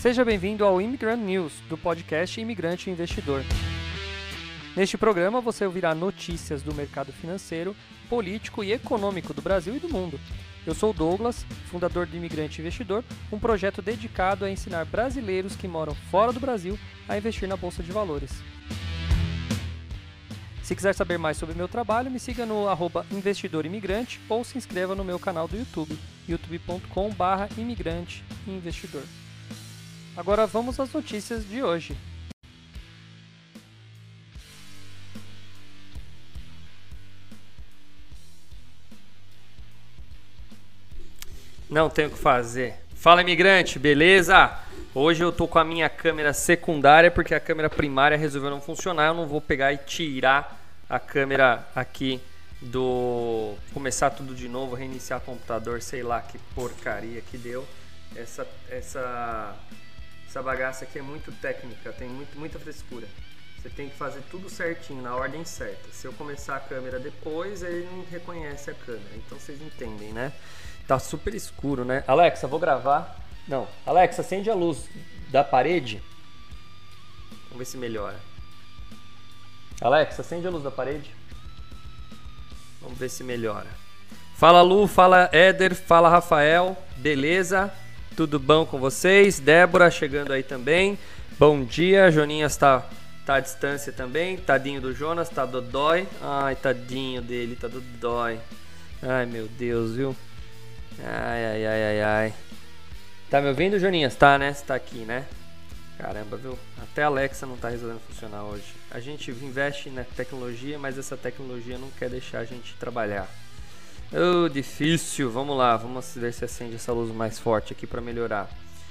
Seja bem-vindo ao Immigrant News, do podcast Imigrante e Investidor. Neste programa você ouvirá notícias do mercado financeiro, político e econômico do Brasil e do mundo. Eu sou o Douglas, fundador do Imigrante e Investidor, um projeto dedicado a ensinar brasileiros que moram fora do Brasil a investir na Bolsa de Valores. Se quiser saber mais sobre o meu trabalho, me siga no @investidorimigrante ou se inscreva no meu canal do YouTube, youtube.com/imigranteinvestidor. Agora vamos às notícias de hoje. Não tenho o que fazer. Fala, imigrante, beleza? Hoje eu tô com a minha câmera secundária porque a câmera primária resolveu não funcionar. Eu não vou pegar e tirar a câmera aqui do... Começar tudo de novo, reiniciar o computador, sei lá que porcaria que deu. Essa bagaça aqui é muito técnica, tem muita frescura. Você tem que fazer tudo certinho, na ordem certa. Se eu começar a câmera depois, ele não reconhece a câmera. Então vocês entendem, né? Tá super escuro, né? Alexa, vou gravar. Não. Alexa, acende a luz da parede. Vamos ver se melhora. Alexa, acende a luz da parede. Vamos ver se melhora. Fala Lu, fala Éder, fala Rafael. Beleza? Tudo bom com vocês? Débora chegando aí também. Bom dia. Joninhas tá à distância também. Tadinho do Jonas, tá dodói. Ai, tadinho dele, tá dodói. Ai, meu Deus, viu? Ai. Tá me ouvindo, Joninhas? Tá, né? Você tá aqui, né? Caramba, viu? Até a Alexa não tá resolvendo funcionar hoje. A gente investe na tecnologia, mas essa tecnologia não quer deixar a gente trabalhar. Oh, difícil. Vamos lá, vamos ver se acende essa luz mais forte aqui pra melhorar.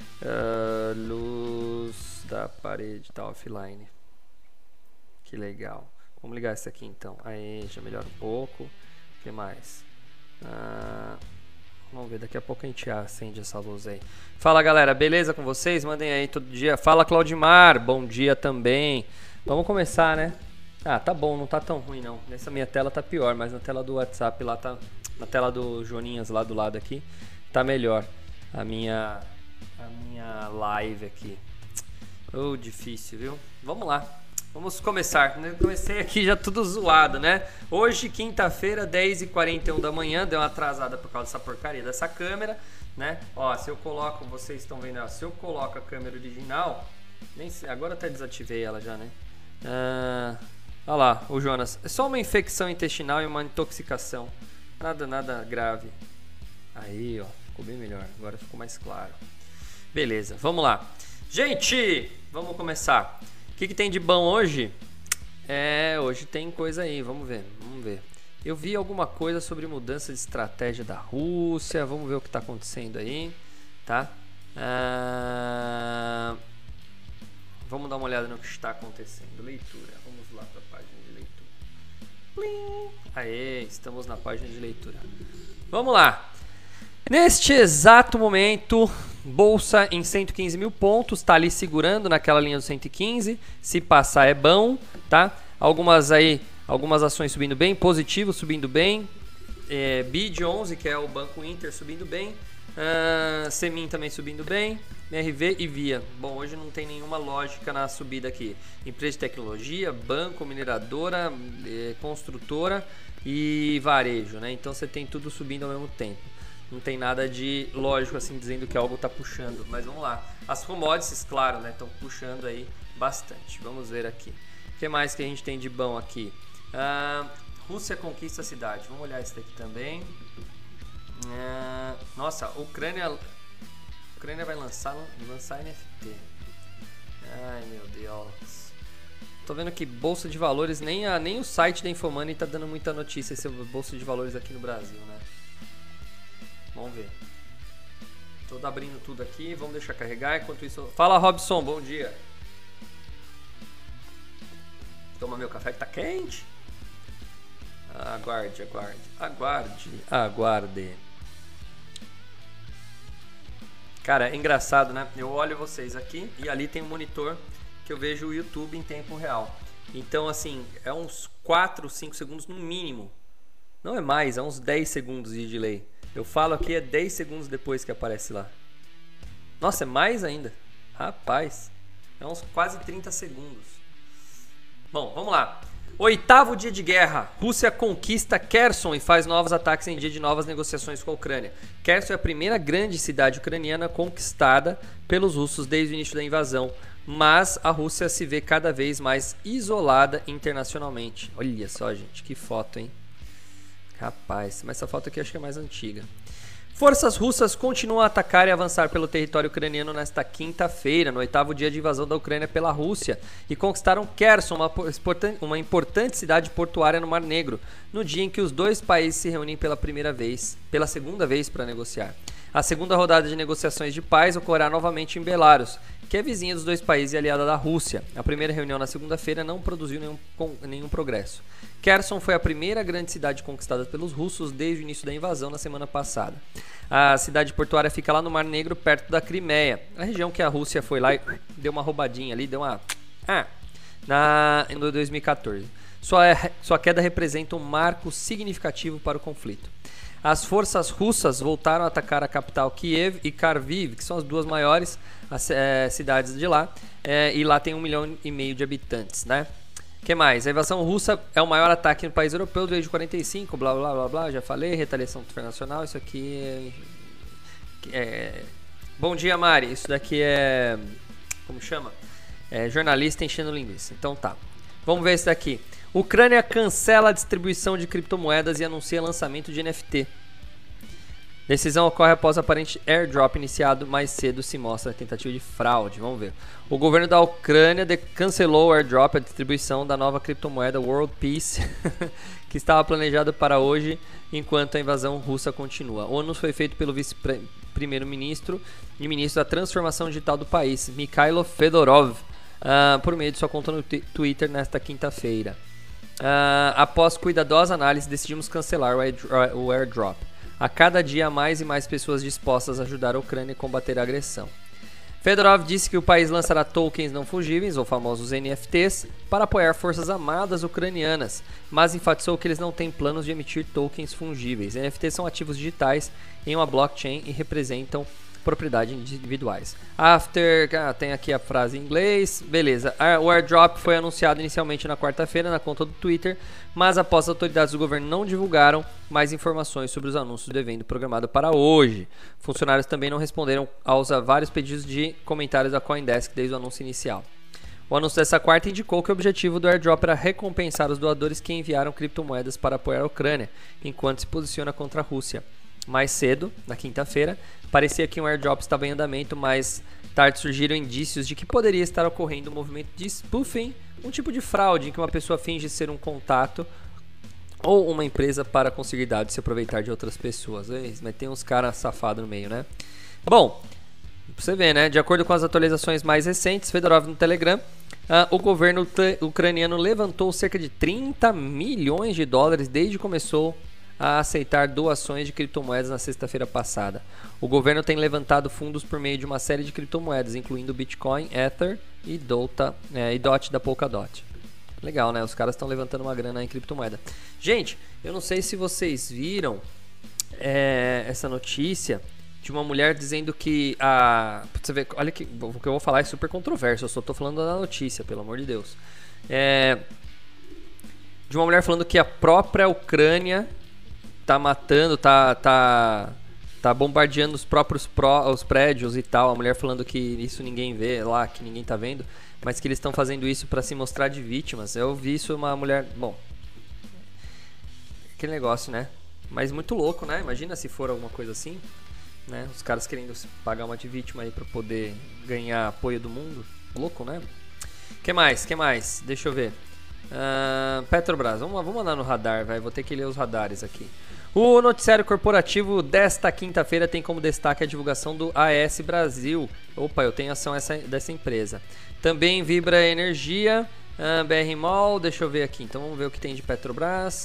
Luz da parede, tá offline. Que legal. Vamos ligar essa aqui então. Aí, já melhora um pouco. O que mais? Vamos ver, daqui a pouco a gente acende essa luz aí. Fala galera, beleza com vocês? Mandem aí todo dia. Fala Claudimar, bom dia também. Vamos começar, né? Tá bom, não tá tão ruim não. Nessa minha tela tá pior, mas na tela do WhatsApp lá tá... Na tela do Joninhas lá do lado aqui tá melhor. A minha live aqui. Oh, difícil, viu? Vamos lá. Vamos começar. Eu comecei aqui já tudo zoado, né? Hoje, quinta-feira, 10h41 da manhã. Deu uma atrasada por causa dessa porcaria dessa câmera, né? Ó, se eu coloco, vocês estão vendo, ó, se eu coloco a câmera original, nem sei, agora até desativei ela já, né? Olha lá, o Jonas. É só uma infecção intestinal e uma intoxicação. Nada grave. Aí, ó, ficou bem melhor. Agora ficou mais claro. Beleza, vamos lá. Gente, vamos começar. O que tem de bom hoje? Hoje tem coisa aí, vamos ver. Eu vi alguma coisa sobre mudança de estratégia da Rússia. Vamos ver o que está acontecendo aí, tá? Vamos dar uma olhada no que está acontecendo. Leitura, vamos lá para a página de leitura. Plim! Aê, estamos na página de leitura. Vamos lá. Neste exato momento, bolsa em 115 mil pontos, tá ali segurando naquela linha dos 115. Se passar é bom, tá? Algumas ações subindo bem, positivo subindo bem. BID 11, que é o Banco Inter, subindo bem. Semin também subindo bem. MRV e Via. Bom, hoje não tem nenhuma lógica na subida aqui. Empresa de tecnologia, banco, mineradora, construtora e varejo, né? Então você tem tudo subindo ao mesmo tempo. Não tem nada de lógico assim dizendo que algo está puxando, mas vamos lá. As commodities, claro, né, estão puxando aí bastante. Vamos ver aqui. O que mais que a gente tem de bom aqui? Rússia conquista a cidade. Vamos olhar esse daqui também. Nossa, a Ucrânia vai lançar NFT. Ai, meu Deus. Tô vendo que Bolsa de Valores, nem o site da Infomoney tá dando muita notícia sobre Bolsa de Valores aqui no Brasil, né? Vamos ver. Tô abrindo tudo aqui, vamos deixar carregar. Enquanto isso... Fala, Robson, bom dia. Toma meu café que tá quente. Aguarde. Cara, é engraçado, né? Eu olho vocês aqui e ali tem um monitor que eu vejo o YouTube em tempo real. Então, assim, é uns 4, 5 segundos no mínimo. Não é mais, é uns 10 segundos de delay. Eu falo aqui, é 10 segundos depois que aparece lá. Nossa, é mais ainda. Rapaz, é uns quase 30 segundos. Bom, vamos lá. 8º dia de guerra. Rússia conquista Kherson e faz novos ataques em dia de novas negociações com a Ucrânia. Kherson é a primeira grande cidade ucraniana conquistada pelos russos desde o início da invasão. Mas a Rússia se vê cada vez mais isolada internacionalmente. Olha só, gente, que foto, hein? Rapaz, mas essa foto aqui acho que é mais antiga. Forças russas continuam a atacar e avançar pelo território ucraniano nesta quinta-feira, no 8º dia de invasão da Ucrânia pela Rússia, e conquistaram Kherson, uma importante cidade portuária no Mar Negro, no dia em que os dois países se reúnem pela segunda vez para negociar. A segunda rodada de negociações de paz ocorrerá novamente em Belarus, que é vizinha dos dois países e aliada da Rússia. A primeira reunião na segunda-feira não produziu nenhum progresso. Kherson foi a primeira grande cidade conquistada pelos russos desde o início da invasão na semana passada. A cidade portuária fica lá no Mar Negro, perto da Crimeia, a região que a Rússia foi lá e deu uma roubadinha ali, em 2014. Sua queda representa um marco significativo para o conflito. As forças russas voltaram a atacar a capital Kiev e Kharkiv, que são as duas maiores cidades de lá, e lá tem 1,5 milhão de habitantes, né? O que mais? A invasão russa é o maior ataque no país europeu desde 45, blá blá blá blá, já falei, retaliação internacional, isso aqui Bom dia, Mari, isso daqui é... como chama? Jornalista enchendo linguiça, então tá. Vamos ver esse daqui. Ucrânia cancela a distribuição de criptomoedas e anuncia lançamento de NFT. Decisão ocorre após aparente airdrop iniciado mais cedo, se mostra a tentativa de fraude. Vamos ver. O governo da Ucrânia cancelou o airdrop, a distribuição da nova criptomoeda World Peace, que estava planejado para hoje, enquanto a invasão russa continua. O anúncio foi feito pelo vice-primeiro-ministro e ministro da transformação digital do país, Mikhailo Fedorov, por meio de sua conta no Twitter nesta quinta-feira. Após cuidadosa análise, decidimos cancelar o airdrop. A cada dia, mais e mais pessoas dispostas a ajudar a Ucrânia a combater a agressão. Fedorov disse que o país lançará tokens não fungíveis, ou famosos NFTs, para apoiar forças armadas ucranianas, mas enfatizou que eles não têm planos de emitir tokens fungíveis. NFTs são ativos digitais em uma blockchain e representam propriedades individuais. Tem aqui a frase em inglês, beleza. O airdrop foi anunciado inicialmente na quarta-feira na conta do Twitter, mas após as autoridades do governo não divulgaram mais informações sobre os anúncios do evento programado para hoje. Funcionários também não responderam aos vários pedidos de comentários da CoinDesk desde o anúncio inicial. O anúncio dessa quarta indicou que o objetivo do airdrop era recompensar os doadores que enviaram criptomoedas para apoiar a Ucrânia, enquanto se posiciona contra a Rússia. Mais cedo, na quinta-feira, parecia que um airdrop estava em andamento, mas tarde surgiram indícios de que poderia estar ocorrendo um movimento de spoofing, um tipo de fraude em que uma pessoa finge ser um contato ou uma empresa para conseguir dados e se aproveitar de outras pessoas. Mas tem uns caras safados no meio, né? Bom, pra você ver, né? De acordo com as atualizações mais recentes, Fedorov no Telegram, o governo ucraniano levantou cerca de 30 milhões de dólares desde que começou a aceitar doações de criptomoedas na sexta-feira passada. O governo tem levantado fundos por meio de uma série de criptomoedas, incluindo Bitcoin, Ether e DOT da Polkadot. Legal, né? Os caras estão levantando uma grana em criptomoeda. Gente, eu não sei se vocês viram essa notícia de uma mulher dizendo que você vê, olha que o que eu vou falar é super controverso, eu só estou falando da notícia, pelo amor de Deus. De uma mulher falando que a própria Ucrânia tá matando, tá bombardeando os próprios os prédios e tal. A mulher falando que isso ninguém vê lá, que ninguém tá vendo, mas que eles estão fazendo isso para se mostrar de vítimas. Eu vi isso, uma mulher... Bom, aquele negócio, né? Mas muito louco, né? Imagina se for alguma coisa assim, né? Os caras querendo pagar uma de vítima aí para poder ganhar apoio do mundo. Louco, né? Que mais? Deixa eu ver. Petrobras, vamos mandar no radar, vai. Vou ter que ler os radares aqui. O noticiário corporativo desta quinta-feira tem como destaque a divulgação do AES Brasil. Opa, eu tenho ação dessa empresa. Também Vibra Energia, BR Mall, deixa eu ver aqui. Então vamos ver o que tem de Petrobras.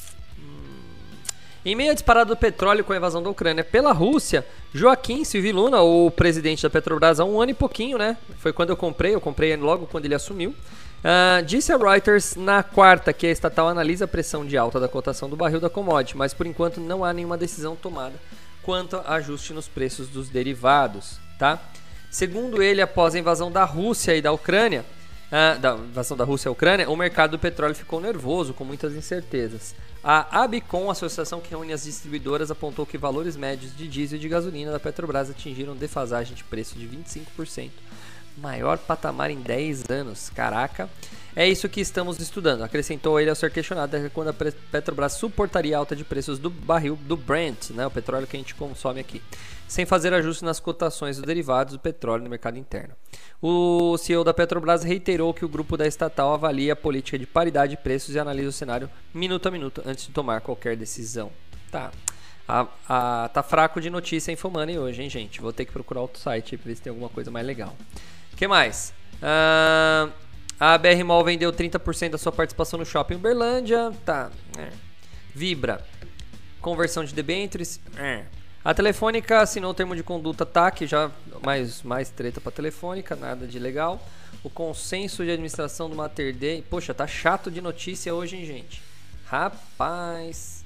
Em meio à disparada do petróleo com a invasão da Ucrânia pela Rússia, Joaquim Silvio Luna, o presidente da Petrobras há um ano e pouquinho, né? Foi quando eu comprei logo quando ele assumiu. Disse a Reuters na quarta que a estatal analisa a pressão de alta da cotação do barril da commodity, mas por enquanto não há nenhuma decisão tomada quanto a ajuste nos preços dos derivados, tá? Segundo ele, após a invasão da Rússia e da Ucrânia, da invasão da Rússia à Ucrânia, o mercado do petróleo ficou nervoso, com muitas incertezas. A Abicom, a associação que reúne as distribuidoras, apontou que valores médios de diesel e de gasolina da Petrobras atingiram defasagem de preço de 25%. Maior patamar em 10 anos. Caraca. É isso que estamos estudando. Acrescentou ele ao ser questionado quando a Petrobras suportaria a alta de preços do barril do Brent, né, o petróleo que a gente consome aqui, sem fazer ajustes nas cotações dos derivados do petróleo no mercado interno. O CEO da Petrobras reiterou que o grupo da estatal avalia a política de paridade de preços e analisa o cenário minuto a minuto antes de tomar qualquer decisão. Tá. Tá fraco de notícia Infomoney hoje, hein, gente? Vou ter que procurar outro site para ver se tem alguma coisa mais legal. O que mais? A BR Mall vendeu 30% da sua participação no Shopping Uberlândia. Tá. Vibra. Conversão de debêntures. A Telefônica assinou o termo de conduta TAC, já mais treta pra Telefônica, nada de legal. O consenso de administração do Mater Dei. Poxa, tá chato de notícia hoje, hein, gente? Rapaz.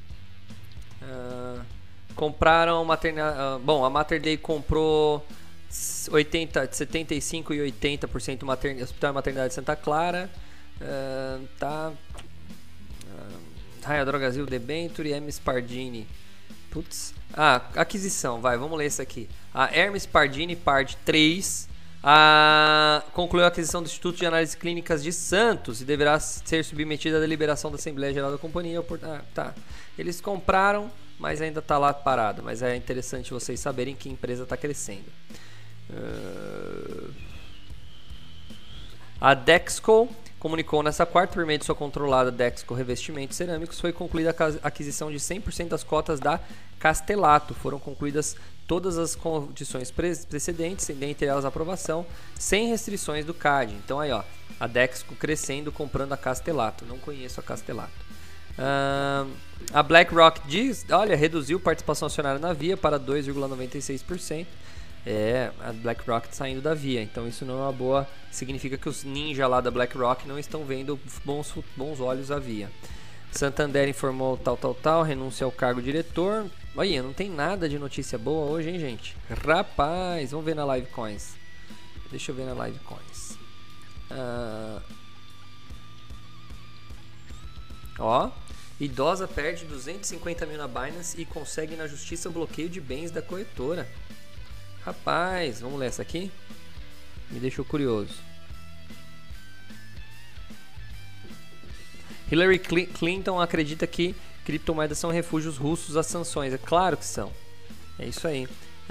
Compraram bom, a Mater Dei comprou 75% e 80% Hospital e Maternidade de Santa Clara. Tá. Raia Drogasil, Debenture, Hermes Pardini. Putz. Aquisição, vamos ler isso aqui. A Hermes Pardini, Pard 3, concluiu a aquisição do Instituto de Análises Clínicas de Santos e deverá ser submetida à deliberação da Assembleia Geral da Companhia. Tá. Eles compraram, mas ainda está lá parado. Mas é interessante vocês saberem que a empresa está crescendo. A Dexco comunicou nessa quarta, por meio de sua controlada Dexco Revestimentos Cerâmicos, foi concluída a aquisição de 100% das cotas da Castelatto. Foram concluídas todas as condições precedentes, dentre elas a aprovação, sem restrições do CAD. Então aí, ó, a Dexco crescendo, comprando a Castelatto. Não conheço a Castelatto. A BlackRock reduziu participação acionária na Via para 2,96%. A BlackRock saindo da Via, então isso não é uma boa, significa que os ninjas lá da BlackRock não estão vendo bons olhos a Via. Santander informou tal, renúncia ao cargo diretor. Olha, não tem nada de notícia boa hoje, hein, gente? Rapaz, vamos ver na Live Coins. Deixa eu ver na Live Coins. Idosa perde 250 mil na Binance e consegue na justiça o bloqueio de bens da corretora. Rapaz, vamos ler essa aqui? Me deixou curioso. Hillary Clinton acredita que criptomoedas são refúgios russos às sanções. É claro que são. É isso aí.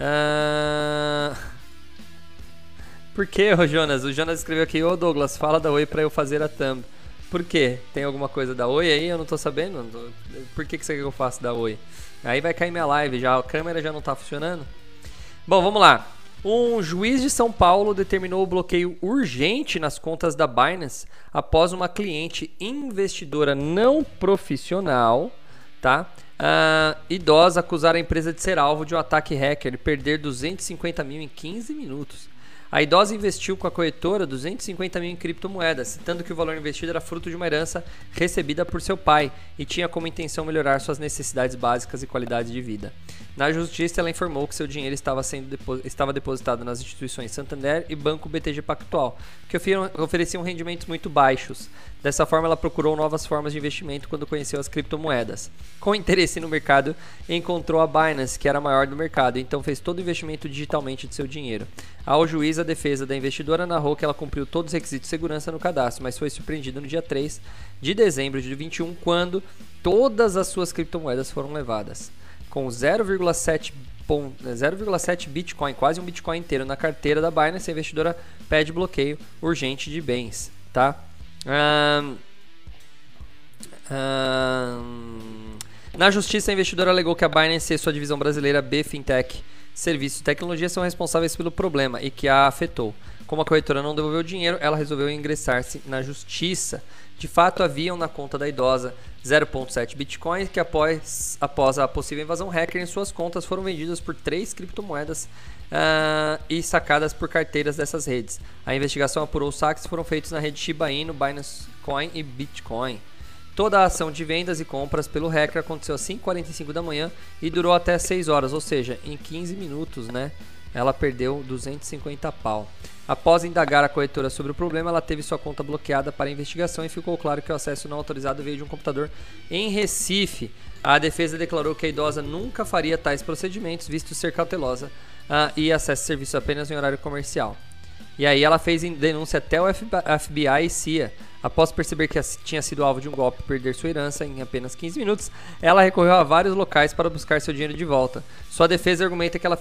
Por que, Jonas? O Jonas escreveu aqui: Ô Douglas, fala da Oi pra eu fazer a thumb. Por quê? Tem alguma coisa da Oi aí? Eu não tô sabendo. Por que você quer que eu faça da Oi? Aí vai cair minha live já. A câmera já não tá funcionando. Bom, vamos lá. Um juiz de São Paulo determinou o bloqueio urgente nas contas da Binance após uma cliente investidora não profissional, tá? Idosa acusar a empresa de ser alvo de um ataque hacker e perder 250 mil em 15 minutos. A idosa investiu com a corretora 250 mil em criptomoedas, citando que o valor investido era fruto de uma herança recebida por seu pai e tinha como intenção melhorar suas necessidades básicas e qualidade de vida. Na justiça, ela informou que seu dinheiro estava depositado nas instituições Santander e Banco BTG Pactual, que ofereciam rendimentos muito baixos. Dessa forma, ela procurou novas formas de investimento quando conheceu as criptomoedas. Com interesse no mercado, encontrou a Binance, que era a maior do mercado, então fez todo o investimento digitalmente de seu dinheiro. Ao juiz, a defesa da investidora narrou que ela cumpriu todos os requisitos de segurança no cadastro, mas foi surpreendida no dia 3 de dezembro de 2021, quando todas as suas criptomoedas foram levadas. Com 0,7 Bitcoin, quase um Bitcoin inteiro na carteira da Binance, a investidora pede bloqueio urgente de bens, tá? Na justiça, a investidora alegou que a Binance e sua divisão brasileira B Fintech Serviços e Tecnologia são responsáveis pelo problema e que a afetou. Como a corretora não devolveu o dinheiro, ela resolveu ingressar-se na justiça. De fato, haviam na conta da idosa 0,7 Bitcoin que após a possível invasão hacker em suas contas foram vendidas por 3 criptomoedas e sacadas por carteiras dessas redes. A investigação apurou os saques que foram feitos na rede Shiba Inu, Binance Coin e Bitcoin. Toda a ação de vendas e compras pelo hacker aconteceu às 5h45 da manhã e durou até 6 horas, ou seja, em 15 minutos, né? ela perdeu 250 pau. Após indagar a corretora sobre o problema, ela teve sua conta bloqueada para investigação e ficou claro que o acesso não autorizado veio de um computador em Recife. A defesa declarou que a idosa nunca faria tais procedimentos, visto ser cautelosa e acessa serviço apenas em horário comercial. E aí ela fez denúncia até o FBI e CIA. Após perceber que tinha sido alvo de um golpe e perder sua herança em apenas 15 minutos, ela recorreu a vários locais para buscar seu dinheiro de volta. Sua defesa argumenta que ela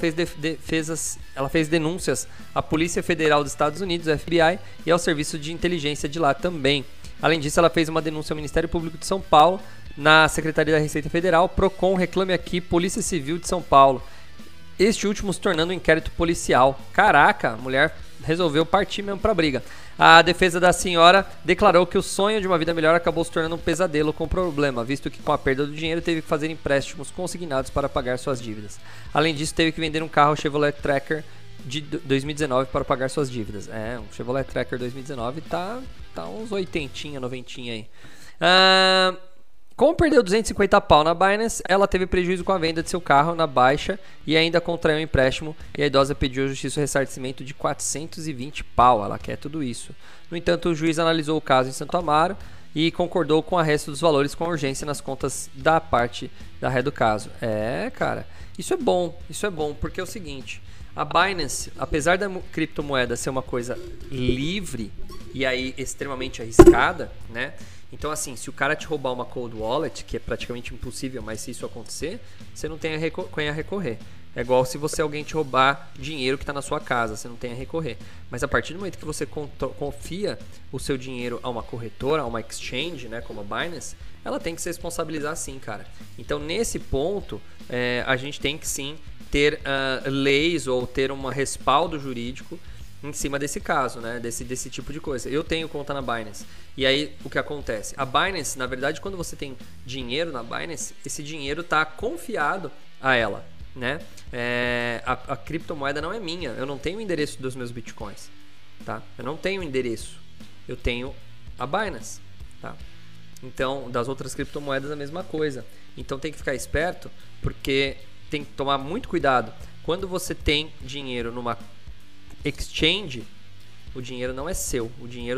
fez denúncias à Polícia Federal dos Estados Unidos, FBI, e ao Serviço de Inteligência de lá também. Além disso, ela fez uma denúncia ao Ministério Público de São Paulo, na Secretaria da Receita Federal, Procon, Reclame Aqui, Polícia Civil de São Paulo. Este último se tornando um inquérito policial. Caraca, a mulher resolveu partir mesmo pra briga. A defesa da senhora declarou que o sonho de uma vida melhor acabou se tornando um pesadelo com o problema, visto que com a perda do dinheiro teve que fazer empréstimos consignados para pagar suas dívidas. Além disso, teve que vender um carro Chevrolet Tracker de 2019 para pagar suas dívidas. Um Chevrolet Tracker 2019 tá uns 80, 90 aí. Como perdeu 250 pau na Binance, ela teve prejuízo com a venda de seu carro na baixa e ainda contraiu um empréstimo, e a idosa pediu à justiça o ressarcimento de 420 pau, ela quer tudo isso. No entanto, o juiz analisou o caso em Santo Amaro e concordou com o arresto dos valores com urgência nas contas da parte da ré do caso. Cara, isso é bom, porque é o seguinte, a Binance, apesar da criptomoeda ser uma coisa livre e aí extremamente arriscada, né? Então, assim, se o cara te roubar uma cold wallet, que é praticamente impossível, mas se isso acontecer, você não tem a recorrer. É igual se alguém te roubar dinheiro que está na sua casa, você não tem a recorrer. Mas a partir do momento que você confia o seu dinheiro a uma corretora, a uma exchange, né, como a Binance, ela tem que se responsabilizar sim, cara. Então, nesse ponto, a gente tem que sim ter leis ou ter um respaldo jurídico em cima desse caso, né? Desse tipo de coisa. Eu tenho conta na Binance. E aí, o que acontece? A Binance, na verdade, quando você tem dinheiro na Binance, esse dinheiro está confiado a ela, né? A criptomoeda não é minha. Eu não tenho o endereço dos meus bitcoins, tá? Eu não tenho o endereço. Eu tenho a Binance, tá? Então, das outras criptomoedas, a mesma coisa. Então, tem que ficar esperto, porque tem que tomar muito cuidado. Quando você tem dinheiro numa exchange, o dinheiro não é seu, o dinheiro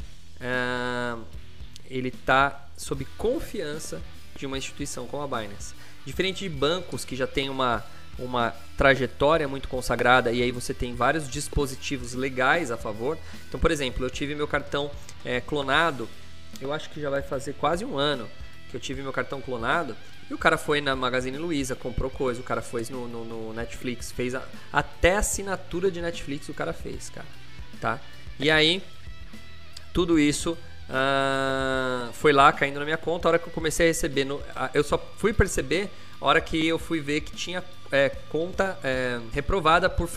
ele tá sob confiança de uma instituição como a Binance. Diferente de bancos que já tem uma trajetória muito consagrada e aí você tem vários dispositivos legais a favor. Então, por exemplo, eu tive meu cartão clonado, eu acho que já vai fazer quase um ano que eu tive meu cartão clonado. E o cara foi na Magazine Luiza, comprou coisa, o cara foi no Netflix, fez até assinatura de Netflix o cara fez, cara, tá? E aí, tudo isso foi lá caindo na minha conta. A hora que eu comecei a receber, eu só fui perceber a hora que eu fui ver que tinha conta reprovada por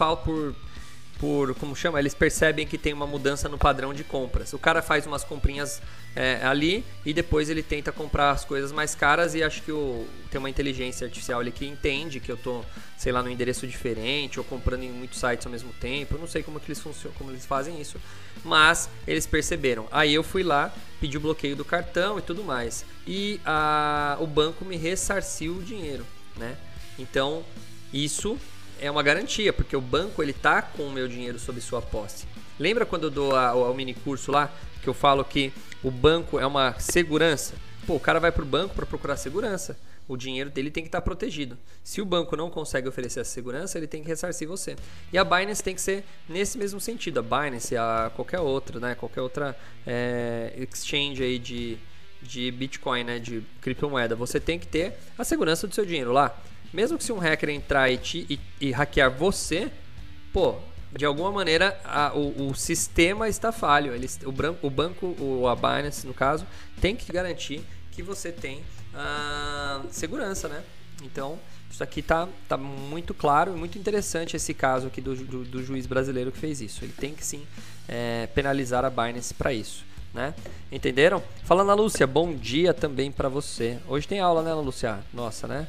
como chama? Eles percebem que tem uma mudança no padrão de compras. O cara faz umas comprinhas ali e depois ele tenta comprar as coisas mais caras e acho que tem uma inteligência artificial ali que entende que eu tô, sei lá, no endereço diferente ou comprando em muitos sites ao mesmo tempo. Eu não sei como que eles funcionam, como eles fazem isso, mas eles perceberam. Aí eu fui lá, pedi o bloqueio do cartão e tudo mais. E o banco me ressarciu o dinheiro, né? Então, isso é uma garantia, porque o banco ele tá com o meu dinheiro sob sua posse. Lembra quando eu dou o mini curso lá, que eu falo que o banco é uma segurança? Pô, o cara vai pro banco para procurar segurança. O dinheiro dele tem que estar protegido. Se o banco não consegue oferecer essa segurança, ele tem que ressarcir você. E a Binance tem que ser nesse mesmo sentido. A Binance, qualquer outra, né? Qualquer outra exchange aí de Bitcoin, né? De criptomoeda. Você tem que ter a segurança do seu dinheiro lá. Mesmo que se um hacker entrar e hackear você, pô, de alguma maneira o sistema está falho. O banco, ou a Binance no caso, tem que garantir que você tem segurança, né? Então, isso aqui tá muito claro e muito interessante esse caso aqui do juiz brasileiro que fez isso. Ele tem que sim penalizar a Binance para isso, né? Entenderam? Fala, Ana Lúcia, bom dia também para você. Hoje tem aula, né, Ana Lúcia? Nossa, né?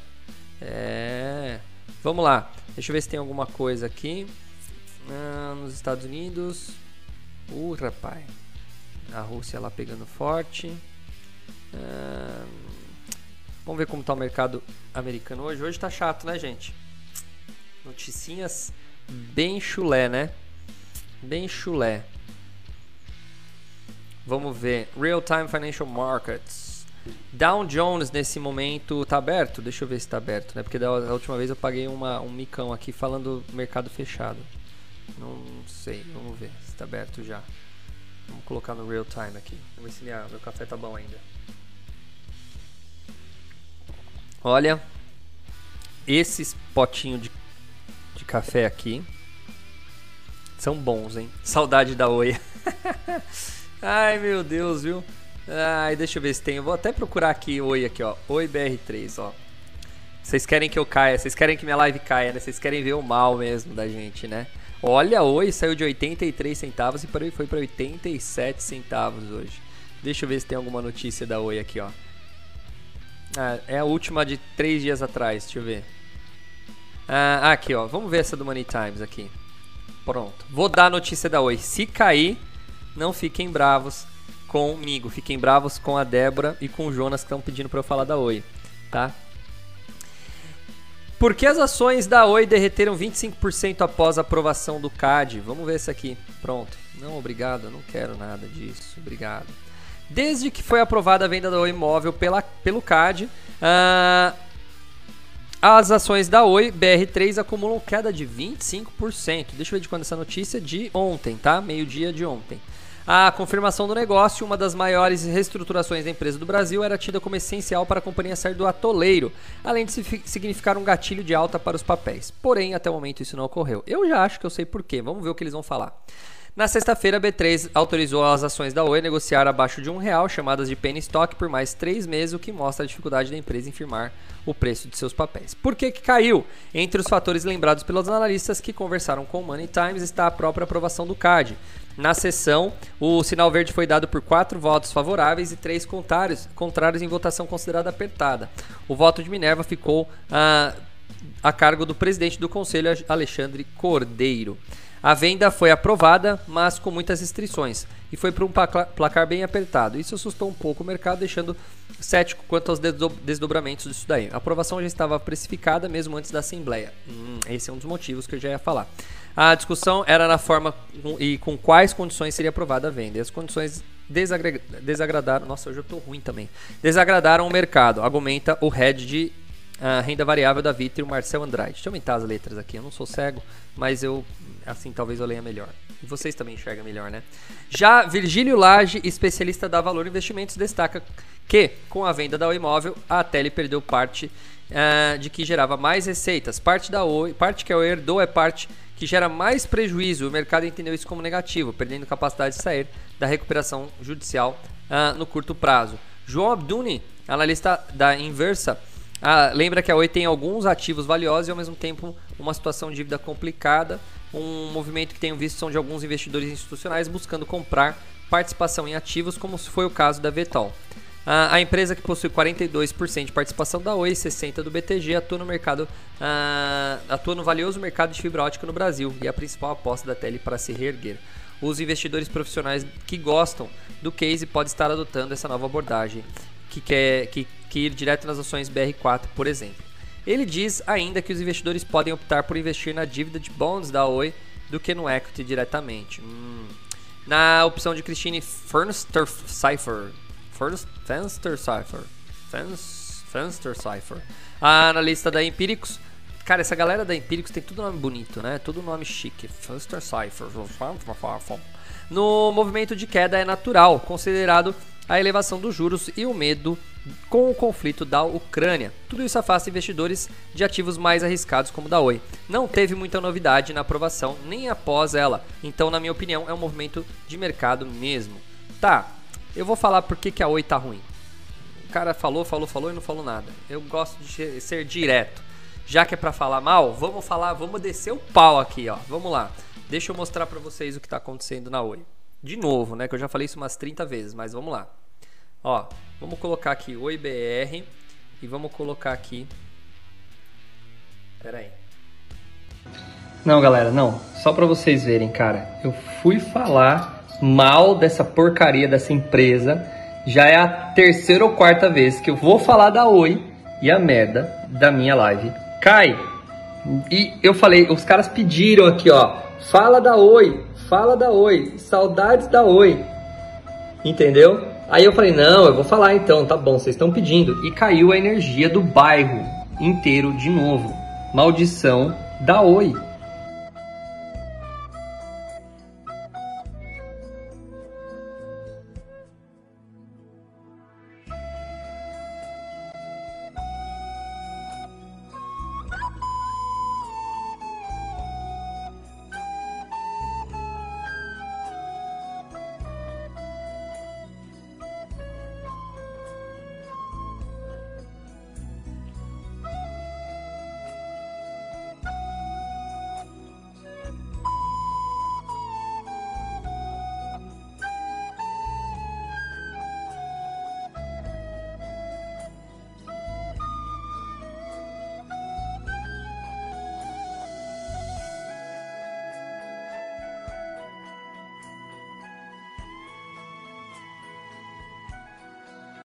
Vamos lá. Deixa eu ver se tem alguma coisa aqui. Nos Estados Unidos. Rapaz. A Rússia lá pegando forte. Vamos ver como tá o mercado americano hoje. Hoje tá chato, né, gente? Noticinhas bem chulé, né? Bem chulé. Vamos ver. Real Time Financial Markets. Dow Jones nesse momento tá aberto? Deixa eu ver se tá aberto, né? Porque da última vez eu paguei um micão aqui falando mercado fechado. Não sei, vamos ver se tá aberto já. Vamos colocar no Real Time aqui. Vamos ver se meu café tá bom ainda. Olha, esses potinhos de café aqui são bons, hein? Saudade da Oi. Ai, meu Deus, viu? Ai, deixa eu ver se tem. Eu vou até procurar aqui Oi, aqui, ó. Oi BR3, ó. Vocês querem que eu caia, vocês querem que minha live caia, né? Vocês querem ver o mal mesmo da gente, né? Olha, Oi saiu de 83 centavos e foi para 87 centavos hoje. Deixa eu ver se tem alguma notícia da Oi aqui, ó. Ah, é a última de 3 dias atrás, deixa eu ver. Ah, aqui, ó. Vamos ver essa do Money Times aqui. Pronto. Vou dar a notícia da Oi. Se cair, não fiquem bravos comigo. Fiquem bravos com a Débora e com o Jonas que estão pedindo para eu falar da Oi, tá? Por que as ações da Oi derreteram 25% após a aprovação do CAD? Vamos ver isso aqui. Pronto. Não, obrigado. Eu não quero nada disso. Obrigado. Desde que foi aprovada a venda da Oi Imóvel pelo CAD, as ações da Oi BR3 acumulam queda de 25%. Deixa eu ver de quando essa notícia de ontem, tá? Meio-dia de ontem. A confirmação do negócio, uma das maiores reestruturações da empresa do Brasil, era tida como essencial para a companhia sair do atoleiro, além de significar um gatilho de alta para os papéis. Porém, até o momento isso não ocorreu. Eu já acho que eu sei por quê. Vamos ver o que eles vão falar. Na sexta-feira, a B3 autorizou as ações da Oi a negociar abaixo de R$1, chamadas de penny stock, por mais 3 meses, o que mostra a dificuldade da empresa em firmar o preço de seus papéis. Por que caiu? Entre os fatores lembrados pelos analistas que conversaram com o Money Times está a própria aprovação do CAD. Na sessão, o sinal verde foi dado por 4 votos favoráveis e 3 contrários em votação considerada apertada. O voto de Minerva ficou a cargo do presidente do conselho, Alexandre Cordeiro. A venda foi aprovada, mas com muitas restrições, e foi para um placar bem apertado. Isso assustou um pouco o mercado, deixando cético quanto aos desdobramentos disso daí. A aprovação já estava precificada mesmo antes da Assembleia. Esse é um dos motivos que eu já ia falar. A discussão era na forma e com quais condições seria aprovada a venda. E as condições desagradaram... Nossa, hoje eu estou ruim também. Desagradaram o mercado, argumenta o head de renda variável da Vitro, Marcel Andrade. Deixa eu aumentar as letras aqui. Eu não sou cego, mas assim talvez eu leia melhor. E vocês também enxergam melhor, né? Já Virgílio Lage, especialista da Valor Investimentos, destaca que, com a venda da Oi Imóvel, a Tele perdeu parte de que gerava mais receitas. Parte que a Oi herdou é parte que gera mais prejuízo. O mercado entendeu isso como negativo, perdendo capacidade de sair da recuperação judicial no curto prazo. João Abduni, analista da Inversa, lembra que a Oi tem alguns ativos valiosos e ao mesmo tempo uma situação de dívida complicada. Um movimento que tenho visto são de alguns investidores institucionais buscando comprar participação em ativos, como foi o caso da Vetol. A empresa, que possui 42% de participação da Oi e 60% do BTG, atua no valioso mercado de fibra ótica no Brasil e é a principal aposta da Tele para se reerguer. Os investidores profissionais que gostam do case podem estar adotando essa nova abordagem, que ir direto nas ações BR4, por exemplo. Ele diz ainda que os investidores podem optar por investir na dívida de bonds da Oi do que no equity diretamente. Na opção de Christine Fenster-Cipher, a analista da Empíricos. Cara, essa galera da Empíricos tem tudo nome bonito, né? Tudo nome chique. Fenster-Cipher. No movimento de queda é natural, considerado a elevação dos juros e o medo com o conflito da Ucrânia. Tudo isso afasta investidores de ativos mais arriscados como o da Oi. Não teve muita novidade na aprovação, nem após ela. Então, na minha opinião, é um movimento de mercado mesmo. Tá, eu vou falar por que a Oi tá ruim. O cara falou e não falou nada. Eu gosto de ser direto. Já que é pra falar mal, vamos descer o pau aqui, ó. Vamos lá. Deixa eu mostrar pra vocês o que tá acontecendo na Oi. De novo, né, que eu já falei isso umas 30 vezes, mas vamos lá. Ó, vamos colocar aqui Oi BR e vamos colocar aqui... Pera aí. Não, galera, não. Só pra vocês verem, cara. Eu fui falar mal dessa porcaria dessa empresa. Já é a 3ª ou 4ª vez que eu vou falar da Oi e a merda da minha live cai. E eu falei, os caras pediram aqui, ó, fala da Oi, saudades da Oi, entendeu? Aí eu falei, não, eu vou falar então, tá bom, vocês estão pedindo. E caiu a energia do bairro inteiro de novo. Maldição da Oi.